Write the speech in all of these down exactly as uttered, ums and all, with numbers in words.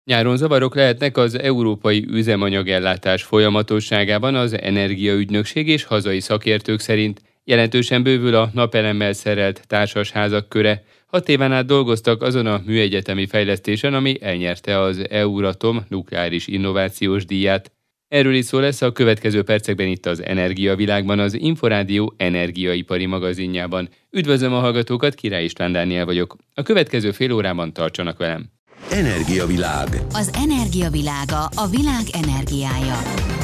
Nyáron zavarok lehetnek az európai üzemanyagellátás folyamatosságában. Az energiaügynökség és hazai szakértők szerint jelentősen bővül a napelemmel szerelt társasházak köre. Hat éven át dolgoztak azon a műegyetemi fejlesztésen, ami elnyerte az Euratom nukleáris innovációs díját. Erről is szó lesz a következő percekben itt az Energiavilágban, az Inforádió energiaipari magazinjában. Üdvözlöm a hallgatókat, Király István Dániel vagyok. A következő fél órában tartsanak velem. Energiavilág. Az energiavilága, a világ energiája.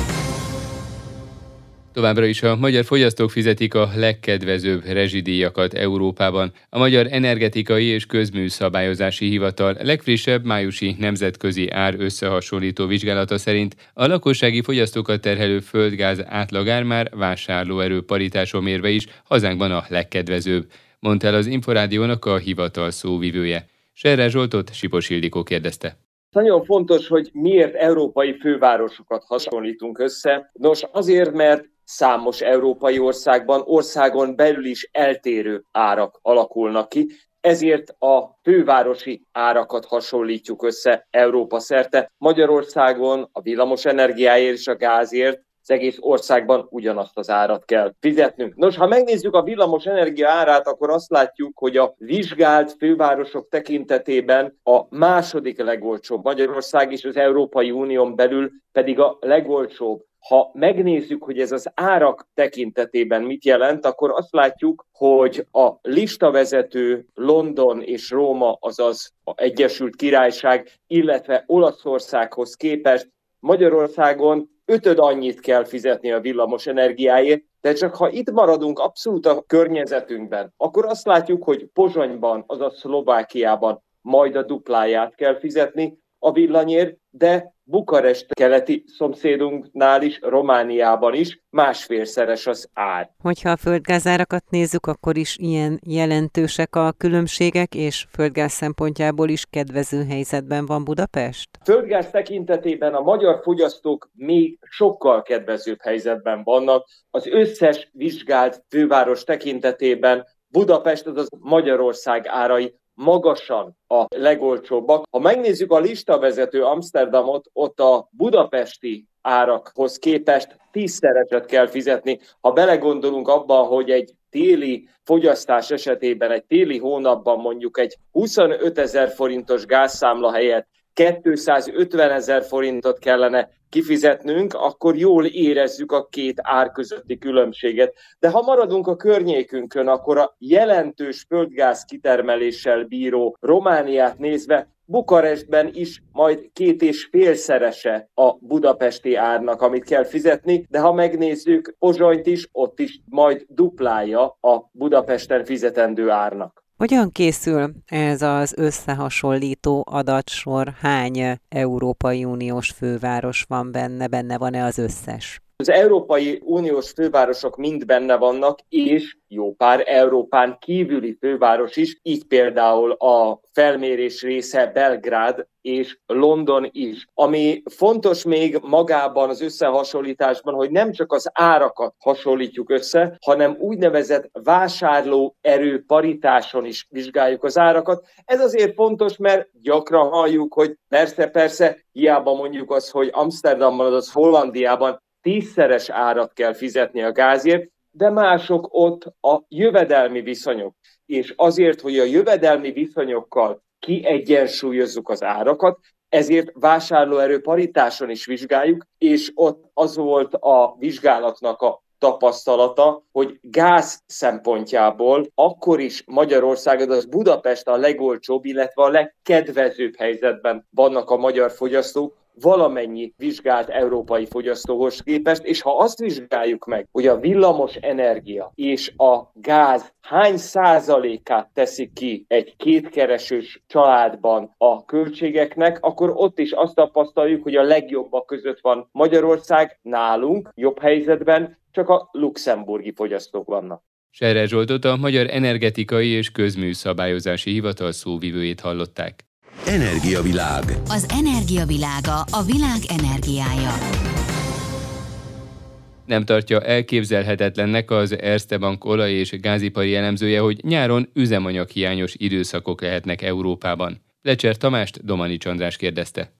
Továbbra is a magyar fogyasztók fizetik a legkedvezőbb rezsidíjakat Európában. A Magyar Energetikai és Közműszabályozási Hivatal legfrissebb májusi nemzetközi ár összehasonlító vizsgálata szerint a lakossági fogyasztókat terhelő földgáz átlagár már vásárlóerő paritáson mérve is hazánkban a legkedvezőbb, mondta el az Inforádiónak a hivatal szóvivője. Serre Zsoltot Sipos Ildikó kérdezte. Nagyon fontos, hogy miért európai fővárosokat hasonlítunk össze. Nos, azért, mert számos európai országban, országon belül is eltérő árak alakulnak ki, ezért a fővárosi árakat hasonlítjuk össze Európa szerte. Magyarországon a villamos energiáért és a gázért az egész országban ugyanazt az árat kell fizetnünk. Nos, ha megnézzük a villamos energia árát, akkor azt látjuk, hogy a vizsgált fővárosok tekintetében a második legolcsóbb Magyarország, és az Európai Unión belül pedig a legolcsóbb. Ha megnézzük, hogy ez az árak tekintetében mit jelent, akkor azt látjuk, hogy a listavezető London és Róma, azaz az Egyesült Királyság, illetve Olaszországhoz képest Magyarországon ötöd annyit kell fizetni a villamos energiáért, de csak ha itt maradunk abszolút a környezetünkben, akkor azt látjuk, hogy Pozsonyban, azaz Szlovákiában majd a dupláját kell fizetni a villanyért, de Bukarest keleti szomszédunknál is, Romániában is másfélszeres az ár. Hogyha a földgázárakat nézzük, akkor is ilyen jelentősek a különbségek, és földgáz szempontjából is kedvező helyzetben van Budapest? Földgáz tekintetében a magyar fogyasztók még sokkal kedvezőbb helyzetben vannak. Az összes vizsgált főváros tekintetében Budapest, azaz Magyarország árai magasan a legolcsóbbak. Ha megnézzük a listavezető Amsterdamot, ott a budapesti árakhoz képest tízszereset kell fizetni. Ha belegondolunk abban, hogy egy téli fogyasztás esetében, egy téli hónapban mondjuk egy huszonötezer forintos gázszámla helyett kétszázötvenezer forintot kellene kifizetnünk, akkor jól érezzük a két ár közötti különbséget. De ha maradunk a környékünkön, akkor a jelentős földgáz kitermeléssel bíró Romániát nézve Bukarestben is majd két és félszerese a budapesti árnak, amit kell fizetni, de ha megnézzük Pozsonyt is, ott is majd duplája a Budapesten fizetendő árnak. Hogyan készül ez az összehasonlító adatsor? Hány Európai Uniós főváros van benne? Benne van-e az összes? Az Európai Uniós fővárosok mind benne vannak, és jó pár Európán kívüli főváros is, így például a felmérés része Belgrád és London is. Ami fontos még magában az összehasonlításban, hogy nem csak az árakat hasonlítjuk össze, hanem úgynevezett vásárlóerő paritáson is vizsgáljuk az árakat. Ez azért fontos, mert gyakran halljuk, hogy persze-persze, hiába mondjuk azt, hogy Amsterdamban, azaz Hollandiában tízszeres árat kell fizetni a gázért, de mások ott a jövedelmi viszonyok. És azért, hogy a jövedelmi viszonyokkal kiegyensúlyozzuk az árakat, ezért vásárlóerő paritáson is vizsgáljuk, és ott az volt a vizsgálatnak a tapasztalata, hogy gáz szempontjából akkor is Magyarországon, az Budapest a legolcsóbb, illetve a legkedvezőbb helyzetben vannak a magyar fogyasztók, valamennyi vizsgált európai fogyasztóhoz képest, és ha azt vizsgáljuk meg, hogy a villamos energia és a gáz hány százalékát teszik ki egy kétkeresős családban a költségeknek, akkor ott is azt tapasztaljuk, hogy a legjobbak között van Magyarország, nálunk jobb helyzetben csak a luxemburgi fogyasztók vannak. Serre Zsoltot, a Magyar Energetikai és Közműszabályozási Hivatal szóvivőjét hallották. Energiavilág. Az energiavilága, a világ energiája. Nem tartja elképzelhetetlennek az Erste Bank olaj- és gázipari elemzője, hogy nyáron üzemanyaghiányos időszakok lehetnek Európában. Lecser Tamást Domanics András kérdezte.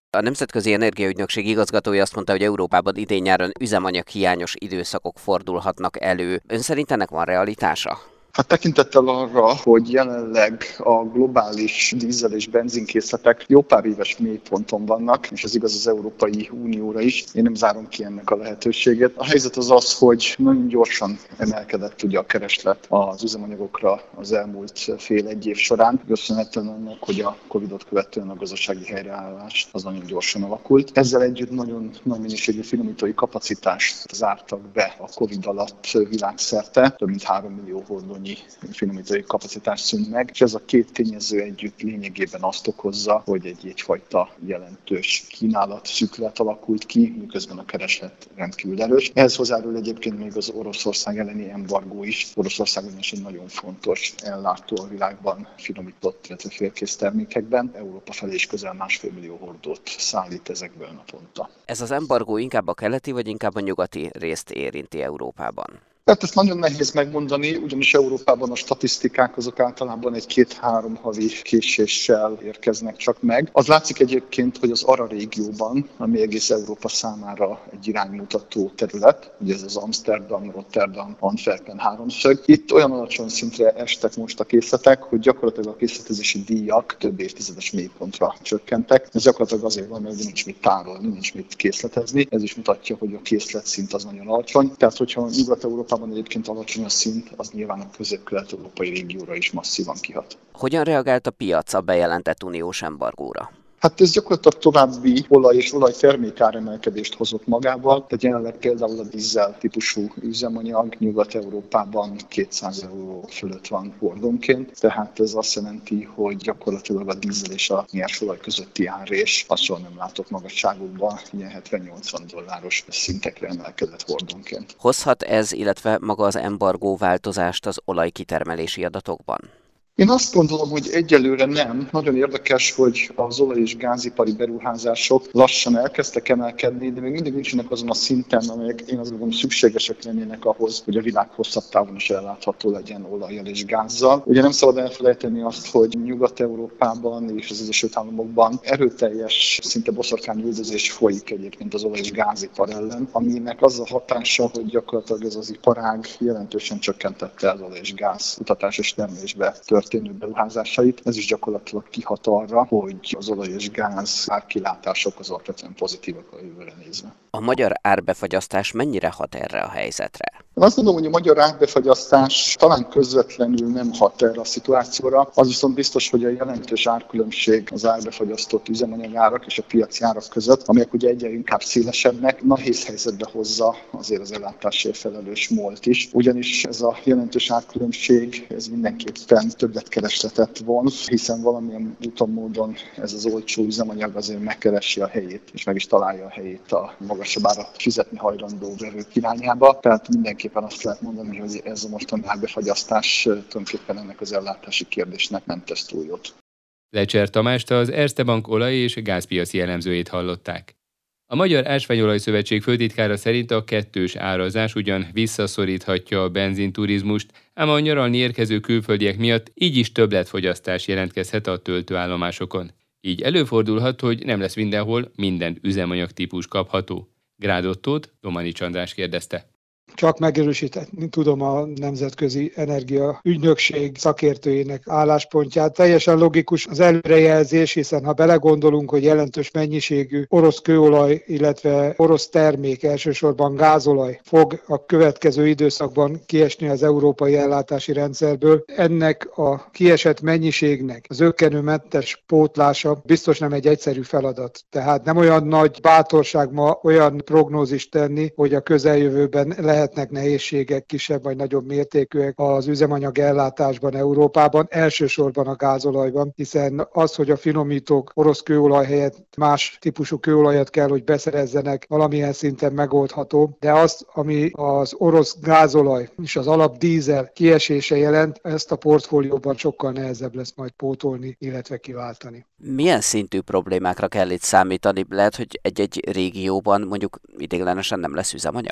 A Nemzetközi Energiaügynökség igazgatója azt mondta, hogy Európában idén-nyáron üzemanyag hiányos időszakok fordulhatnak elő. Ön szerint ennek van realitása? Hát tekintettel arra, hogy jelenleg a globális dízel és benzinkészletek jó pár éves mélyponton vannak, és ez igaz az Európai Unióra is, én nem zárom ki ennek a lehetőségét. A helyzet az az, hogy nagyon gyorsan emelkedett ugye a kereslet az üzemanyagokra az elmúlt fél-egy év során, köszönhetően annak, hogy a Covidot követően a gazdasági helyreállás az nagyon gyorsan alakult. Ezzel együtt nagyon nagy mennyiségű finomítói kapacitást zártak be a Covid alatt világszerte, több mint három millió hordónyi finomítói kapacitás szűnt meg, és ez a két tényező együtt lényegében azt okozza, hogy egy egyfajta jelentős kínálat szűkület alakult ki, miközben a kereslet rendkívül erős. Ehhez hozzárul egyébként még az Oroszország elleni embargó is. Oroszország ugyanis egy nagyon fontos ellátó a világban finomított, illetve félkész termékekben. Európa felé is közel másfél millió hordót szállít ezekből naponta. Ez az embargó inkább a keleti vagy inkább a nyugati részt érinti Európában? Tehát ezt nagyon nehéz megmondani, ugyanis Európában a statisztikák azok általában egy két-három havi késéssel érkeznek csak meg. Az látszik egyébként, hogy az Ara régióban, ami egész Európa számára egy iránymutató terület, ugye ez az Amsterdam, Rotterdam, Antwerpen háromszög, itt olyan alacsony szintre estek most a készletek, hogy gyakorlatilag a készletezési díjak több évtizedes mélypontra csökkentek. Ez gyakorlatilag azért van, mert nincs mit tárolni, nincs mit készletezni. Ez is mutatja, hogy a készletszint az nagyon alacsony. Tehát, hogyha Nyugat-Európában egyébként alacsony a szint, az nyilván a közép-kelet-európai régióra is masszívan kihat. Hogyan reagált a piac a bejelentett uniós embargóra? Hát ez gyakorlatilag további olaj és olajtermék áremelkedést hozott magával, tehát jelenleg például a dízel típusú üzemanyag Nyugat-Európában kétszáz euró fölött van hordónként, tehát ez azt jelenti, hogy gyakorlatilag a dízel és a nyersolaj közötti árés azt soha nem látott magasságokban, ilyen hetven-nyolcvan dolláros szintekre emelkedett hordónként. Hozhat ez, illetve maga az embargó változást az olajkitermelési adatokban? Én azt gondolom, hogy egyelőre nem. Nagyon érdekes, hogy az olaj- és gázipari beruházások lassan elkezdtek emelkedni, de még mindig nincsenek azon a szinten, amelyek én azt gondolom szükségesek lennének ahhoz, hogy a világ hosszabb távon is ellátható legyen olajjal és gázzal. Ugye nem szabad elfelejteni azt, hogy Nyugat-Európában és az Egyesült Államokban erőteljes, szinte boszorkányüldözés folyik egyébként az olaj- és gázipar ellen, aminek az a hatása, hogy gyakorlatilag ez az iparág jelentősen csökkentette az olaj- és gáz kutatás és termelésbe történő beruházásait. Ez is gyakorlatilag kihat arra, hogy az olaj és gáz árkilátások az alapvetően pozitívak a jövőre nézve. A magyar árbefagyasztás mennyire hat erre a helyzetre? Én azt gondolom, hogy a magyar árbefagyasztás talán közvetlenül nem hat erre a szituációra. Az viszont biztos, hogy a jelentős árkülönbség az árbefagyasztott üzemanyagárak és a piaci árak között, amelyek ugye egyre inkább szélesednek, nehéz helyzetbe hozza azért az ellátásért felelős MOL-t is. Ugyanis ez a jelentős árkülönbség, ez mindenképpen többletkeresletet von, hiszen valamilyen úton módon ez az olcsó üzemanyag azért megkeresi a helyét, és meg is találja a helyét a magasabb árat fizetni hajlandó vevők irányába. Tehát mindenképpen azt lehet mondani, hogy ez a mostani árbefagyasztás tulajdonképpen ennek az ellátási kérdésnek nem tesz túl jót. Lecser Tamást, az Erste Bank olaj- és gázpiaci elemzőjét hallották. A Magyar Ásványolaj Szövetség főtitkára szerint a kettős árazás ugyan visszaszoríthatja a benzinturizmust, ám a nyaralni érkező külföldiek miatt így is többletfogyasztás jelentkezhet a töltőállomásokon. Így előfordulhat, hogy nem lesz mindenhol minden üzemanyagtípus kapható. Grád Ottót Domanics András kérdezte. Csak megerősíteni tudom a Nemzetközi Energiaügynökség szakértőjének álláspontját. Teljesen logikus az előrejelzés, hiszen ha belegondolunk, hogy jelentős mennyiségű orosz kőolaj, illetve orosz termék, elsősorban gázolaj fog a következő időszakban kiesni az európai ellátási rendszerből, ennek a kiesett mennyiségnek az ökkenőmentes pótlása biztos nem egy egyszerű feladat. Tehát nem olyan nagy bátorság ma olyan prognózist tenni, hogy a közeljövőben lehet lehetnek nehézségek, kisebb vagy nagyobb mértékűek az üzemanyag ellátásban Európában, elsősorban a gázolajban, hiszen az, hogy a finomítók orosz kőolaj helyett más típusú kőolajat kell, hogy beszerezzenek, valamilyen szinten megoldható, de az, ami az orosz gázolaj és az alapdízel kiesése jelent, ezt a portfólióban sokkal nehezebb lesz majd pótolni, illetve kiváltani. Milyen szintű problémákra kell itt számítani? Lehet, hogy egy-egy régióban mondjuk ideiglenesen nem lesz üzemanyag?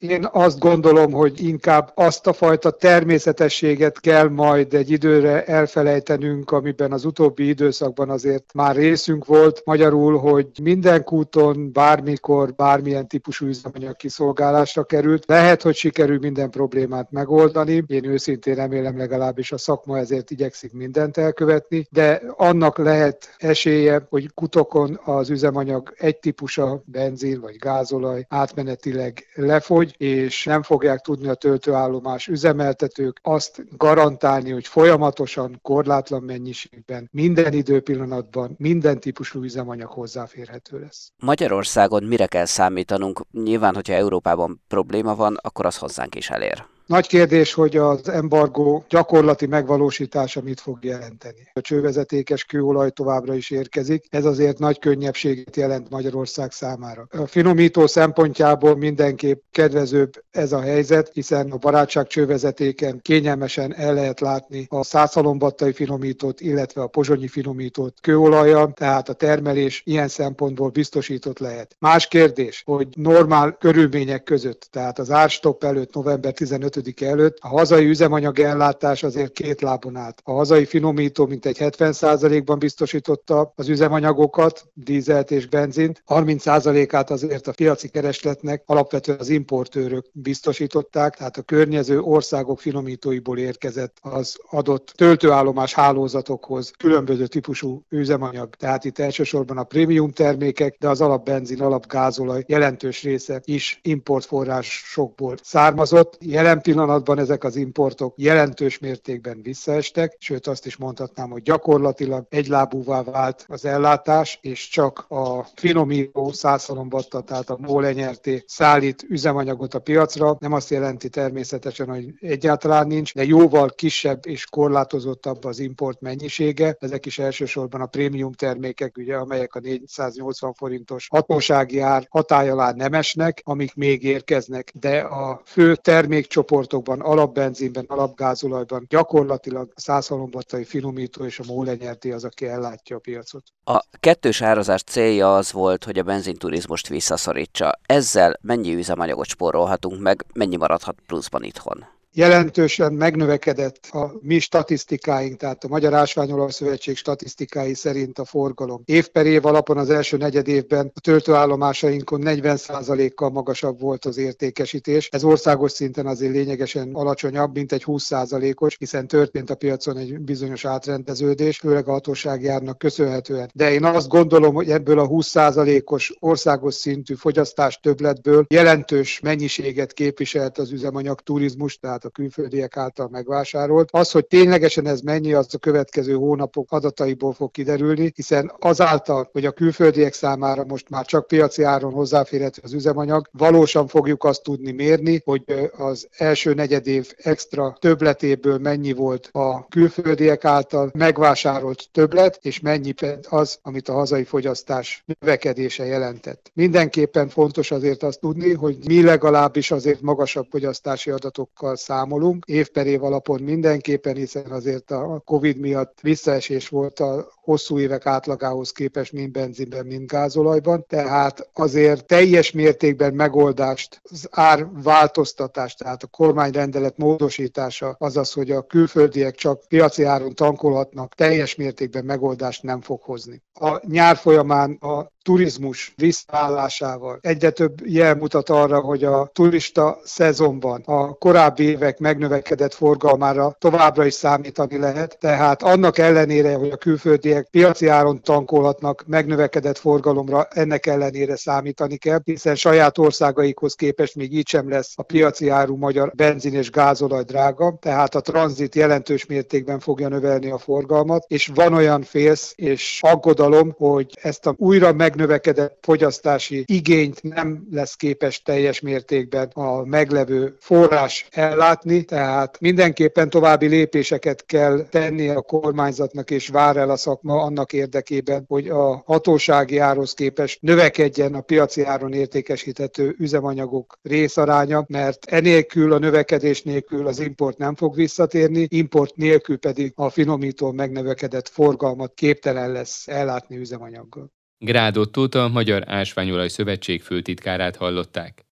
Én azt gondolom, hogy inkább azt a fajta természetességet kell majd egy időre elfelejtenünk, amiben az utóbbi időszakban azért már részünk volt. Magyarul, hogy minden kúton, bármikor, bármilyen típusú üzemanyag kiszolgálásra került. Lehet, hogy sikerül minden problémát megoldani. Én őszintén remélem, legalábbis a szakma ezért igyekszik mindent elkövetni, de annak lehet esélye, hogy kutokon az üzemanyag egy típusa, benzin vagy gázolaj átmenetileg lefogy, és nem fogják tudni a töltőállomás üzemeltetők azt garantálni, hogy folyamatosan, korlátlan mennyiségben, minden időpillanatban, minden típusú üzemanyag hozzáférhető lesz. Magyarországon mire kell számítanunk? Nyilván, hogyha Európában probléma van, akkor az hozzánk is elér. Nagy kérdés, hogy az embargó gyakorlati megvalósítása mit fog jelenteni. A csővezetékes kőolaj továbbra is érkezik, ez azért nagy könnyebbséget jelent Magyarország számára. A finomító szempontjából mindenképp kedvezőbb ez a helyzet, hiszen a barátság csővezetéken kényelmesen el lehet látni a százhalombattai finomítót, illetve a pozsonyi finomítót kőolajjal, tehát a termelés ilyen szempontból biztosított lehet. Más kérdés, hogy normál körülmények között, tehát az árstopp előtt, november tizenötödike előtt a hazai üzemanyag ellátás azért két lábon állt. A hazai finomító mintegy hetven százalékban biztosította az üzemanyagokat, dízelt és benzint, harminc százalékát azért a piaci keresletnek alapvetően az importőrök biztosították, tehát a környező országok finomítóiból érkezett az adott töltőállomás hálózatokhoz különböző típusú üzemanyag. Tehát itt elsősorban a prémium termékek, de az alapbenzin, alapgázolaj jelentős része is importforrásokból származott. Jelen pillanatban ezek az importok jelentős mértékben visszaestek, sőt azt is mondhatnám, hogy gyakorlatilag egylábúvá vált az ellátás, és csak a finomító százhalombatta, tehát a MOL N R T szállít üzemanyagot a piacra. Nem azt jelenti természetesen, hogy egyáltalán nincs, de jóval kisebb és korlátozottabb az import mennyisége. Ezek is elsősorban a prémium termékek, ugye, amelyek a négyszáznyolcvan forintos hatósági ár hatály alá nem esnek, amik még érkeznek, de a fő termékcsoportokban, alapbenzinben, alapgázolajban gyakorlatilag a százhalombattai finomító és a MOL N R T az, aki ellátja a piacot. A kettős árazás célja az volt, hogy a benzinturizmust visszaszorítsa. Ezzel mennyi üzemanyagot spórolhatunk meg, mennyi maradhat pluszban itthon? Jelentősen megnövekedett a mi statisztikáink, tehát a Magyar Ásványolaj Szövetség statisztikái szerint a forgalom. Év per év alapon az első negyed évben a töltőállomásainkon negyven százalékkal magasabb volt az értékesítés. Ez országos szinten azért lényegesen alacsonyabb, mint egy húsz százalékos, hiszen történt a piacon egy bizonyos átrendeződés, főleg a hatósági árnak köszönhetően. De én azt gondolom, hogy ebből a húsz százalékos országos szintű fogyasztás többletből jelentős mennyiséget képviselt az üzemanyag turizmus, tehát a külföldiek által megvásárolt. Az, hogy ténylegesen ez mennyi, az a következő hónapok adataiból fog kiderülni, hiszen azáltal, hogy a külföldiek számára most már csak piaci áron hozzáférhető az üzemanyag, valósan fogjuk azt tudni mérni, hogy az első negyedév extra többletéből mennyi volt a külföldiek által megvásárolt többlet, és mennyi az, amit a hazai fogyasztás növekedése jelentett. Mindenképpen fontos azért azt tudni, hogy mi legalábbis azért magasabb fogyasztási adatokkal számolunk, év per év alapon mindenképpen, hiszen azért a Covid miatt visszaesés volt a hosszú évek átlagához képest mind benzinben, mind gázolajban, tehát azért teljes mértékben megoldást, az árváltoztatást, tehát a kormányrendelet módosítása, azaz, hogy a külföldiek csak piaci áron tankolhatnak, teljes mértékben megoldást nem fog hozni. A nyár folyamán a turizmus visszaállásával egyre több jel mutat arra, hogy a turista szezonban a korábbi évek megnövekedett forgalmára továbbra is számítani lehet, tehát annak ellenére, hogy a külföldiek piaci áron tankolhatnak megnövekedett forgalomra, ennek ellenére számítani kell, hiszen saját országaikhoz képest még így sem lesz a piaci áru magyar benzin és gázolaj drága, tehát a tranzit jelentős mértékben fogja növelni a forgalmat, és van olyan félsz és aggodalom, hogy ezt a újra meg megnövekedett fogyasztási igényt nem lesz képes teljes mértékben a meglevő forrás ellátni, tehát mindenképpen további lépéseket kell tennie a kormányzatnak, és vár el a szakma annak érdekében, hogy a hatósági árhoz képest növekedjen a piaci áron értékesíthető üzemanyagok részaránya, mert enélkül, a növekedés nélkül az import nem fog visszatérni, import nélkül pedig a finomító megnövekedett forgalmat képtelen lesz ellátni üzemanyaggal. Grád Ottót, a Magyar Ásványolaj Szövetség főtitkárát hallották.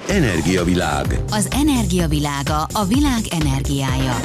Energiavilág. Az energiavilága a világ energiája.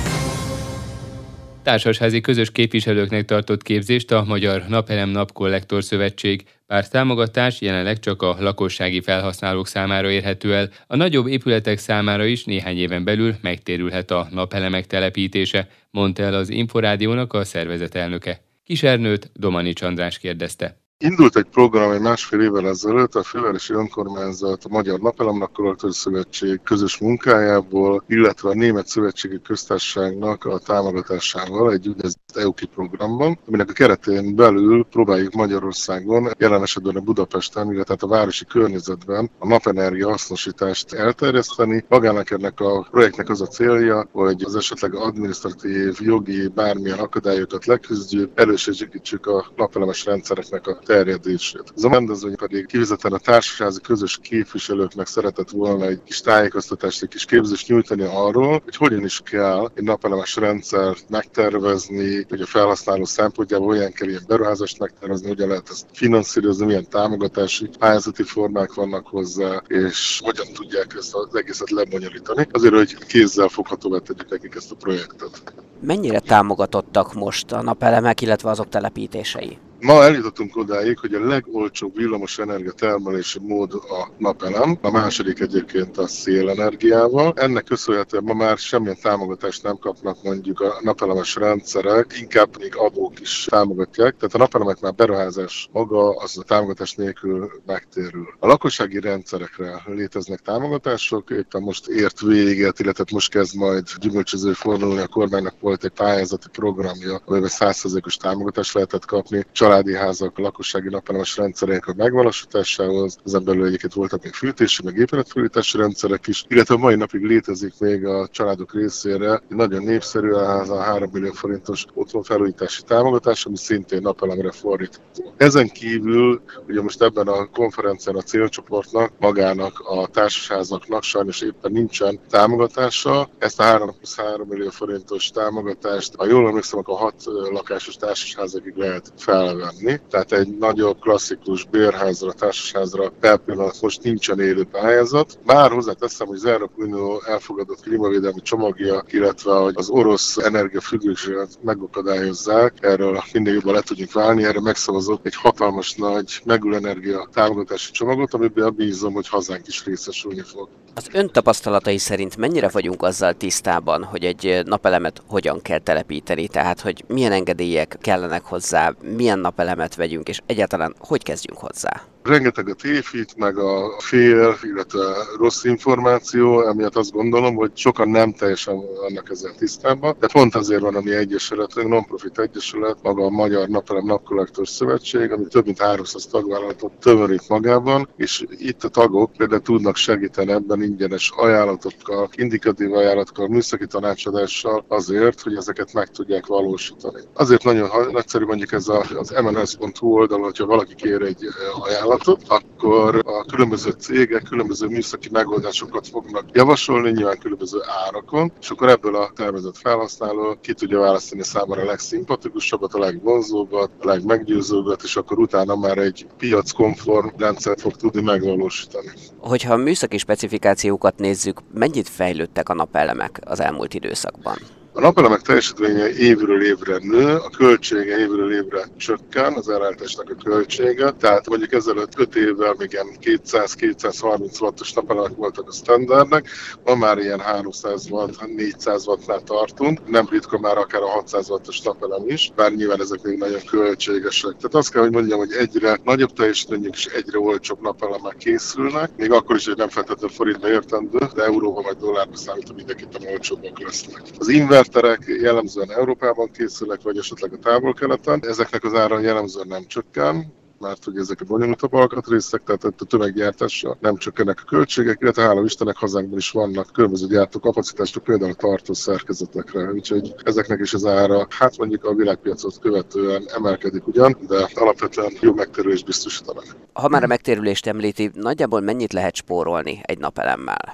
Társasházi közös képviselőknek tartott képzést a Magyar Napelem Napkollektor Szövetség. Bár támogatás jelenleg csak a lakossági felhasználók számára érhető el, a nagyobb épületek számára is néhány éven belül megtérülhet a napelemek telepítése, mondta el az Inforádiónak a szervezet elnöke. Kisernőt Domanics András kérdezte. Indult egy program egy másfél évvel ezelőtt a Fővárosi Önkormányzat, a Magyar Napelem Napkollektor Szövetség közös munkájából, illetve a Német Szövetségi Köztársaságnak a támogatásával egy úgynevezett é u ká programban, aminek a keretén belül próbáljuk Magyarországon, jelen esetben a Budapesten, illetve a városi környezetben a napenergia hasznosítást elterjeszteni. Magának ennek a projektnek az a célja, hogy az esetleg adminisztratív, jogi, bármilyen akadályokat leküzdjük, elősegítsük a napelemes rendszereknek a terjedését. Ez a rendezvény pedig kivezetten a társasházi közös képviselőknek szeretett volna egy kis tájékoztatást, egy kis képzést nyújtani arról, hogy hogyan is kell egy napelemes rendszert megtervezni, hogy a felhasználó szempontjából olyan kell ilyen beruházást megtervezni, hogyan lehet ezt finanszírozni, milyen támogatási pályázati formák vannak hozzá, és hogyan tudják ezt az egészet lebonyolítani, azért, hogy kézzel foghatóvá tegyük nekik ezt a projektet. Mennyire támogatottak most a napelemek, illetve azok telepítései? Ma eljutottunk odáig, hogy a legolcsóbb villamos energia termelési mód a napelem, a második egyébként a szélenergiával. Ennek köszönhetően ma már semmilyen támogatást nem kapnak mondjuk a napelemes rendszerek, inkább még adók is támogatják, tehát a napelemek már beruházás maga az a támogatás nélkül megtérül. A lakossági rendszerekre léteznek támogatások, éppen most ért véget, illetve most kezd majd gyümölcsöző fordulni, a kormánynak volt egy pályázati programja, amiben száz százalékos támogatást lehetett kapni családi házak, lakossági napelemes rendszerek a megvalósításához, ezen belül egyébként voltak még fűtési, meg épületfelújítási rendszerek is, illetve a mai napig létezik még a családok részére egy nagyon népszerű a három millió forintos otthonfelújítási támogatás, ami szintén napelemre fordítható. Ezen kívül, ugye most ebben a konferencián a célcsoportnak, magának a társasházaknak sajnos éppen nincsen támogatása. Ezt a három plusz három millió forintos támogatást, ha jól emlékszem, akkor hat lakásos társasházakig lehet felvenni. Tehát egy nagyobb klasszikus bérházra, társasházra per pillanat most nincsen élő pályázat. Bár hozzáteszem, hogy az Európai Unió elfogadott klímavédelmi csomagja, illetve hogy az orosz energiafüggőséget megakadályozzák, erről minél jobban le tudjunk válni, erre megszavazott egy hatalmas nagy megújuló energia támogatási csomagot, amiben bízom, hogy hazánk is részesülni fog. Az ön tapasztalatai szerint mennyire vagyunk azzal tisztában, hogy egy napelemet hogyan kell telepíteni, tehát hogy milyen engedélyek kellenek hozzá, milyen napelemet vegyünk, és egyáltalán hogy kezdjünk hozzá? Rengeteg a tévhit, meg a fél, illetve rossz információ, emiatt azt gondolom, hogy sokan nem teljesen vannak ezzel tisztában. De pont azért van a mi egyesületünk, non-profit egyesület, maga a Magyar Napelem Napkollektor Szövetség, ami több mint háromszáz tagvállalatot tömörít magában, és itt a tagok például tudnak segíteni ebben ingyenes ajánlatokkal, indikatív ajánlatokkal, műszaki tanácsadással azért, hogy ezeket meg tudják valósítani. Azért nagyon nagyszerű mondjuk ez az em en es pont hu oldalon, hogyha valaki kér egy ajánlatot, akkor a különböző cégek különböző műszaki megoldásokat fognak javasolni, nyilván különböző árakon, és akkor ebből a tervezett felhasználó ki tudja választani számára a legszimpatikusabbat, a legvonzóbbat, a legmeggyőzőbbat, és akkor utána már egy piackonform rendszert fog tudni megvalósítani. Hogyha a műszaki specifikációkat nézzük, mennyit fejlődtek a napelemek az elmúlt időszakban? A napelemek teljesítménye évről évre nő, a költsége évről évre csökken, az ellátásnak a költsége. Tehát mondjuk ezelőtt öt évvel még ilyen kétszáz-kétszázharminc wattos napelemek voltak a standardnek, ma már ilyen háromszáz watt, négyszáz wattnál tartunk, nem ritka már akár a hatszáz wattos napelem is, bár nyilván ezek még nagyon költségesek. Tehát azt kell, hogy mondjam, hogy egyre nagyobb teljesítményük és egyre olcsóbb napelemek készülnek, még akkor is, hogy nem feltétlenül forintba értendő, de euróba vagy dollárba számítva mindenképpen olcsóbbak lesznek. Az inverterek jellemzően Európában készülnek, vagy esetleg a távol-keleten. Ezeknek az ára jellemzően nem csökken, mert hogy ezek a bonyolultabb alkatrészek, tehát a tömeggyártással nem csökkennek a költségek, illetve hála Istennek hazánkban is vannak különböző gyártókapacitások, például a tartó szerkezetekre. Úgyhogy ezeknek is az ára, hát mondjuk a világpiacot követően emelkedik ugyan, de alapvetően jó megtérülést biztosítanak. Ha már a megtérülést említi, nagyjából mennyit lehet spórolni egy napelemmel?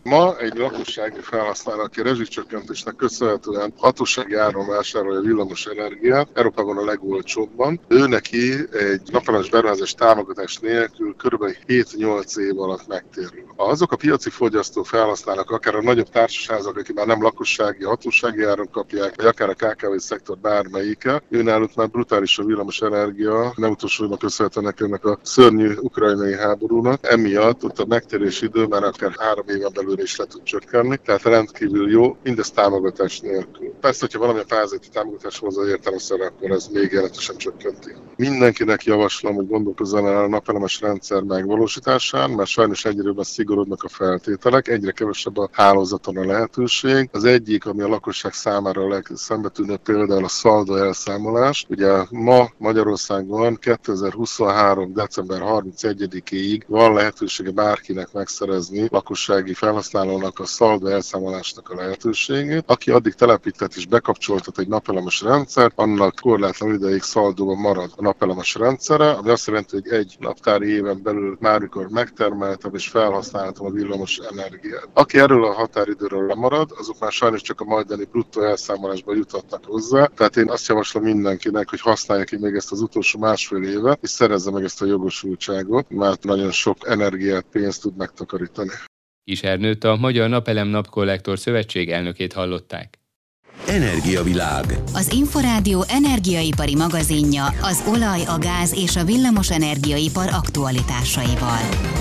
Ma egy lakossági felhasználó, aki rezsicsökkentésnek köszönhetően hatósági áron vásárolja villamos energiát, Európában a legolcsóbban, ő neki egy napelemes beruházás támogatás nélkül kb. hét-nyolc év alatt megtérül. Azok a piaci fogyasztó felhasználók, akár a nagyobb társasházak, akik már nem lakossági, hatósági áron kapják, vagy akár a ká ká vé szektor bármelyike, őnáluk már brutális a villamos energia, nem utolsóban köszönhetően ennek a szörnyű ukrajnai háborúnak. Emiatt ott a megtérési idő már akár három éven belül is le tud csökkenni, tehát rendkívül jó, mindez támogatás nélkül. Persze, hogyha valamilyen pályázati támogatás hozzá értelemszerűen, akkor ez még jelentősen csökkenti. Mindenkinek javaslom, hogy gondolkozzon el a napelemes rendszer megvalósításán, mert sajnos egyre szigorodnak a feltételek, egyre kevesebb a hálózaton a lehetőség. Az egyik, ami a lakosság számára a legszembetűnőbb, például a szaldó elszámolás. Ugye ma Magyarországon kétezer-huszonhárom. december harmincegyedikéig van lehetősége bárkinek megszerezni lakossági felhasználónak a szaldó elszámolásnak a lehetőségét. Aki addig telepített és bekapcsoltat egy napelemes rendszert, annak korlátlan ideig szaldóban marad a napelemes rendszere, ami azt jelenti, hogy egy naptári éven belül mármikor megtermeltem és felhasználtam a villamos energiát. Aki erről a határidőről lemarad, azok már sajnos csak a majdani bruttó elszámolásba juthatnak hozzá. Tehát én azt javaslom mindenkinek, hogy használja ki még ezt az utolsó másfél évet, és szerezze meg ezt a jogosultságot, mert nagyon sok energiát, pénzt tud megtakarítani. Kis Ernőt, a Magyar Napelem Napkollektor Szövetség elnökét hallották. Energiavilág. Az Inforádió energiaipari magazinja az olaj, a gáz és a villamos energiaipar aktualitásaival.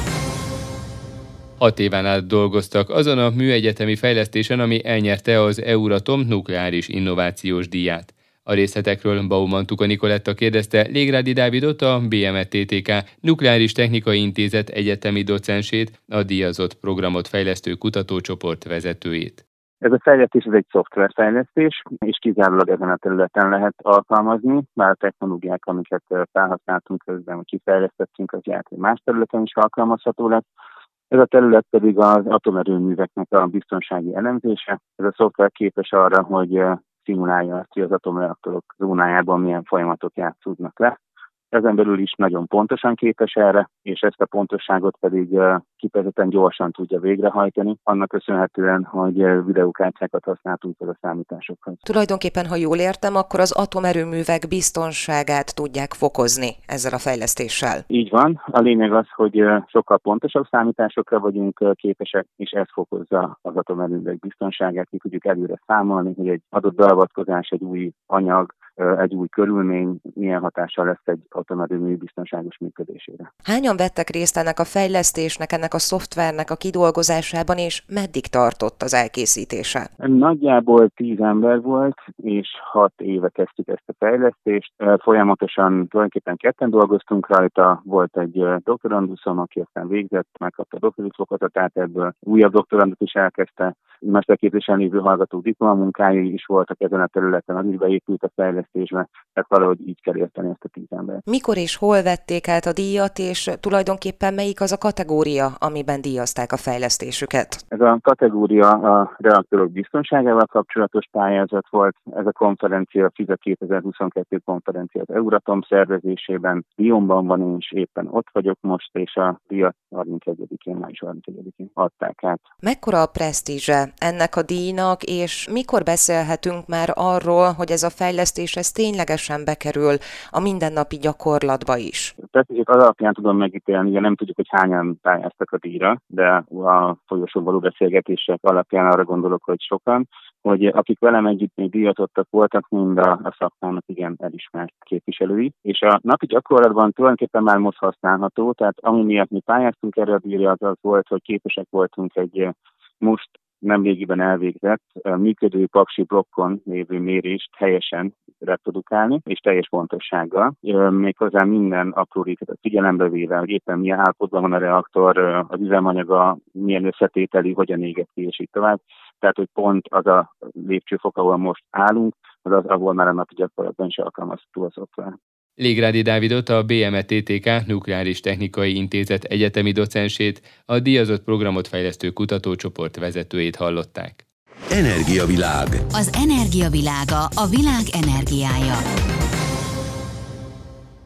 Hat éven át dolgoztak azon a műegyetemi fejlesztésen, ami elnyerte az Euratom nukleáris innovációs díját. A részletekről Baumann Tuka Nikoletta kérdezte Légrádi Dávidot, a bé em e té té ká Nukleáris Technikai Intézet egyetemi docensét, a díjazott programot fejlesztő kutatócsoport vezetőjét. Ez a fejlesztés ez egy szoftverfejlesztés, és kizárólag ezen a területen lehet alkalmazni, bár a technológiák, amiket felhasználtunk közben, vagy kifejlesztettünk, az lehet, hogy más területen is alkalmazható lesz. Ez a terület pedig az atomerőműveknek a biztonsági elemzése. Ez a szoftver képes arra, hogy szimulálja azt, hogy az atomreaktorok zónájában milyen folyamatok játszódnak le. Ezen belül is nagyon pontosan képes erre, és ezt a pontosságot pedig kifejezetten gyorsan tudja végrehajtani, annak köszönhetően, hogy videókártyákat használtunk fel a számításokhoz. Tulajdonképpen, ha jól értem, akkor az atomerőművek biztonságát tudják fokozni ezzel a fejlesztéssel. Így van. A lényeg az, hogy sokkal pontosabb számításokra vagyunk képesek, és ez fokozza az atomerőművek biztonságát. Ki tudjuk előre számolni, hogy egy adott beavatkozás, egy új anyag, egy új körülmény milyen hatással lesz egy atomerőmű biztonságos működésére. Hányan vettek részt ennek a fejlesztésnek, ennek a szoftvernek a kidolgozásában, és meddig tartott az elkészítése? Nagyjából tíz ember volt, és hat éve kezdtük ezt a fejlesztést. Folyamatosan tulajdonképpen ketten dolgoztunk rajta, volt egy doktoranduszom, aki aztán végzett, megkapta a doktoris fokozatát ebből, újabb doktorandus is elkezdte, mesterképzésen lévő hallgatók diplomamunkái is voltak ezen a területen, az is beépült a fejlesztésbe, tehát valahogy így kell érteni ezt a tíz embert. Mikor és hol vették át a díjat, és tulajdonképpen melyik az a kategória, amiben díjazták a fejlesztésüket? Ez a kategória a reaktorok biztonságával kapcsolatos pályázat volt. Ez a konferencia, a FISA kétezer-huszonkettő konferencia az Euratom szervezésében. Lyonban van, és éppen ott vagyok most, és a díjat harmincegyedikén, május harmincegyedikén adták át. Mekkora a presztízse ennek a díjnak, és mikor beszélhetünk már arról, hogy ez a fejlesztés ez ténylegesen bekerül a mindennapi gyakorlatba is? Tehát az alapján tudom megítélni, ugye nem tudjuk, hogy hányan pályáztak a díjra, de a folyosón való beszélgetések alapján arra gondolok, hogy sokan, hogy akik velem együtt még díjazottak voltak, mind a, a szakmának igen elismert képviselői. És a napi gyakorlatban tulajdonképpen már most használható, tehát ami miatt mi pályáztunk erre a díjra, az az volt, hogy képesek voltunk egy most nemrégiben elvégzett működő paksi blokkon lévő mérést helyesen reprodukálni, és teljes pontossággal. Méghozzá minden apró részletet figyelembe véve, hogy éppen milyen állapotban van a reaktor, az üzemanyaga, milyen összetételi, hogyan éget ki, és így tovább. Tehát, hogy pont az a lépcsőfok, ahol most állunk, az az, ahol már a napi gyakorlatban is alkalmazható a szoftver. Légrádi Dávidot, a bé em e té té ká Nukleáris Technikai Intézet egyetemi docensét, a díjazott programot fejlesztő kutatócsoport vezetőjét hallották. Energiavilág. Az energiavilága a világ energiája.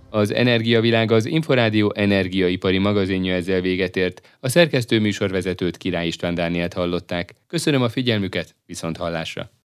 Az Energiavilág, az Inforádió energiaipari magazinja ezzel véget ért. A szerkesztő műsorvezetőt, Király István Dánielt hallották. Köszönöm a figyelmüket, viszont hallásra!